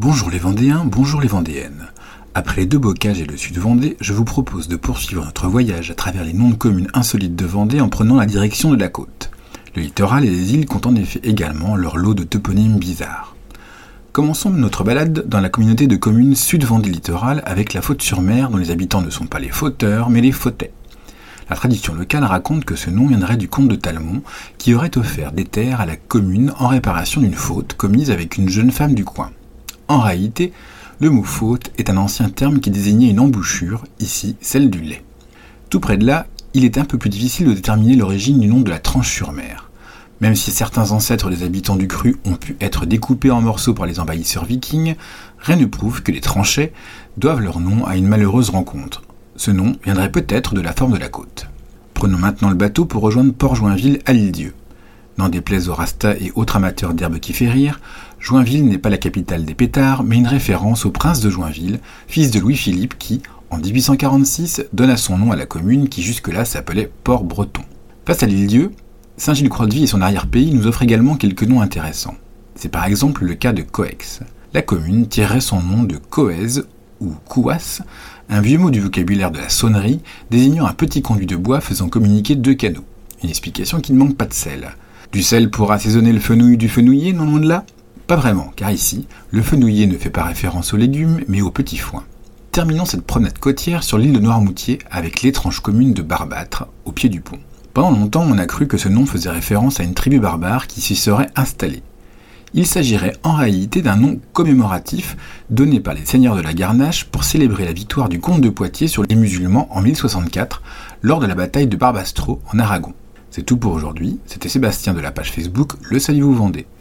Bonjour les Vendéens, bonjour les Vendéennes. Après les deux bocages et le sud-Vendée, je vous propose de poursuivre notre voyage à travers les noms de communes insolites de Vendée en prenant la direction de la côte. Le littoral et les îles comptent en effet également leur lot de toponymes bizarres. Commençons notre balade dans la communauté de communes Sud-Vendée Littoral avec la Faute-sur-Mer dont les habitants ne sont pas les fauteurs mais les fautais. La tradition locale raconte que ce nom viendrait du comte de Talmont qui aurait offert des terres à la commune en réparation d'une faute commise avec une jeune femme du coin. En réalité, le mot faute est un ancien terme qui désignait une embouchure, ici celle du lait. Tout près de là, il est un peu plus difficile de déterminer l'origine du nom de la Tranche-sur-Mer. Même si certains ancêtres des habitants du Cru ont pu être découpés en morceaux par les envahisseurs vikings, rien ne prouve que les Tranchais doivent leur nom à une malheureuse rencontre. Ce nom viendrait peut-être de la forme de la côte. Prenons maintenant le bateau pour rejoindre Port-Joinville à l'Île-Dieu. N'en déplaise aux rastas et autres amateurs d'herbes qui fait rire, Joinville n'est pas la capitale des pétards, mais une référence au prince de Joinville, fils de Louis-Philippe qui, en 1846, donna son nom à la commune qui jusque-là s'appelait Port-Breton. Face à l'Île-Dieu, Saint-Gilles-Croix-de-Vie et son arrière-pays nous offrent également quelques noms intéressants. C'est par exemple le cas de Coex. La commune tirerait son nom de Coez ou Couas, un vieux mot du vocabulaire de la sonnerie désignant un petit conduit de bois faisant communiquer deux canaux. Une explication qui ne manque pas de sel. Du sel pour assaisonner le fenouil du fenouiller, non loin de là ? Pas vraiment, car ici, le fenouiller ne fait pas référence aux légumes, mais aux petits foins. Terminons cette promenade côtière sur l'île de Noirmoutier avec l'étrange commune de Barbâtre, au pied du pont. Pendant longtemps, on a cru que ce nom faisait référence à une tribu barbare qui s'y serait installée. Il s'agirait en réalité d'un nom commémoratif donné par les seigneurs de la Garnache pour célébrer la victoire du comte de Poitiers sur les musulmans en 1064 lors de la bataille de Barbastro en Aragon. C'est tout pour aujourd'hui, c'était Sébastien de la page Facebook Le Salut-vous Vendée.